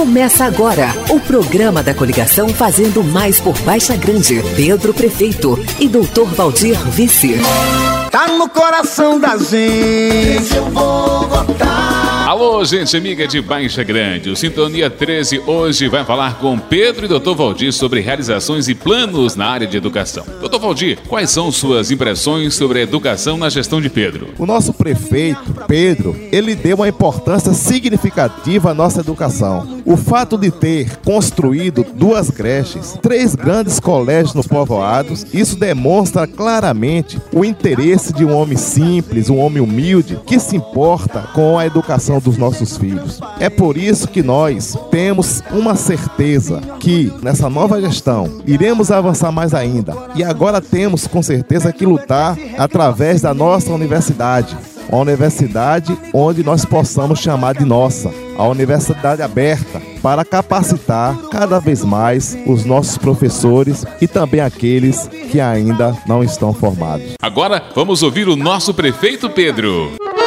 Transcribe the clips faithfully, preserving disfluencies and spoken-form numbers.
Começa agora o programa da coligação Fazendo Mais por Baixa Grande. Pedro Prefeito e doutor Valdir Vice. Tá no coração da gente, eu vou votar. Alô, gente amiga de Baixa Grande. O Sintonia treze hoje vai falar com Pedro e doutor Valdir sobre realizações e planos na área de educação. doutor Valdir, quais são suas impressões sobre a educação na gestão de Pedro? O nosso prefeito, Pedro, ele deu uma importância significativa à nossa educação. O fato de ter construído duas creches, três grandes colégios nos povoados, isso demonstra claramente o interesse de um homem simples, um homem humilde, que se importa com a educação dos nossos filhos. É por isso que nós temos uma certeza que nessa nova gestão iremos avançar mais ainda. E agora temos com certeza que lutar através da nossa universidade. Uma universidade onde nós possamos chamar de nossa, a universidade aberta, para capacitar cada vez mais os nossos professores e também aqueles que ainda não estão formados. Agora vamos ouvir o nosso prefeito Pedro.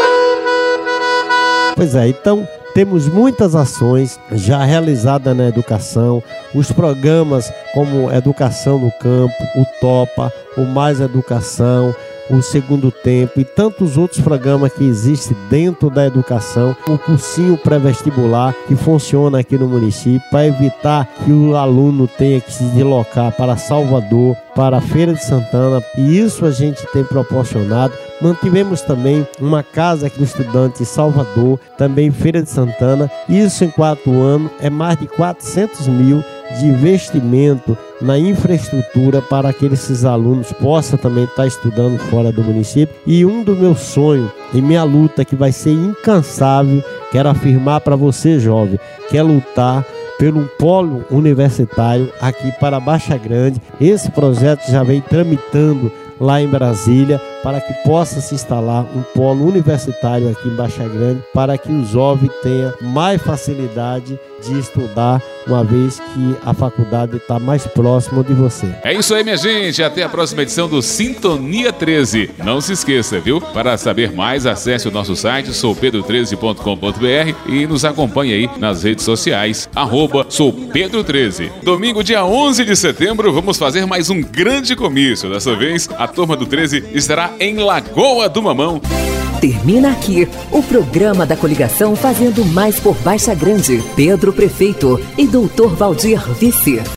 Pois é, então temos muitas ações já realizadas na educação, os programas como Educação no Campo, o Topa, o Mais Educação, o Segundo Tempo e tantos outros programas que existem dentro da educação, o cursinho pré-vestibular que funciona aqui no município para evitar que o aluno tenha que se deslocar para Salvador, para a Feira de Santana, e isso a gente tem proporcionado. Mantivemos também uma casa aqui do estudante em Salvador, também em Feira de Santana. Isso em quatro anos é mais de quatrocentos mil de investimento na infraestrutura para que esses alunos possam também estar estudando fora do município. E um dos meus sonhos e minha luta que vai ser incansável, quero afirmar para você, jovem, que é lutar pelo polo universitário aqui para Baixa Grande. Esse projeto já vem tramitando lá em Brasília para que possa se instalar um polo universitário aqui em Baixa Grande, para que o jovem tenha mais facilidade de estudar, uma vez que a faculdade está mais próxima de você. É isso aí, minha gente. Até a próxima edição do Sintonia treze. Não se esqueça, viu? Para saber mais, acesse o nosso site sou pedro treze ponto com ponto br e nos acompanhe aí nas redes sociais, arroba sou pedro treze. Domingo, dia onze de setembro, vamos fazer mais um grande comício. Dessa vez, a turma do treze estará em Lagoa do Mamão. Termina aqui o programa da coligação Fazendo Mais por Baixa Grande. Pedro Prefeito e doutor Valdir Vice.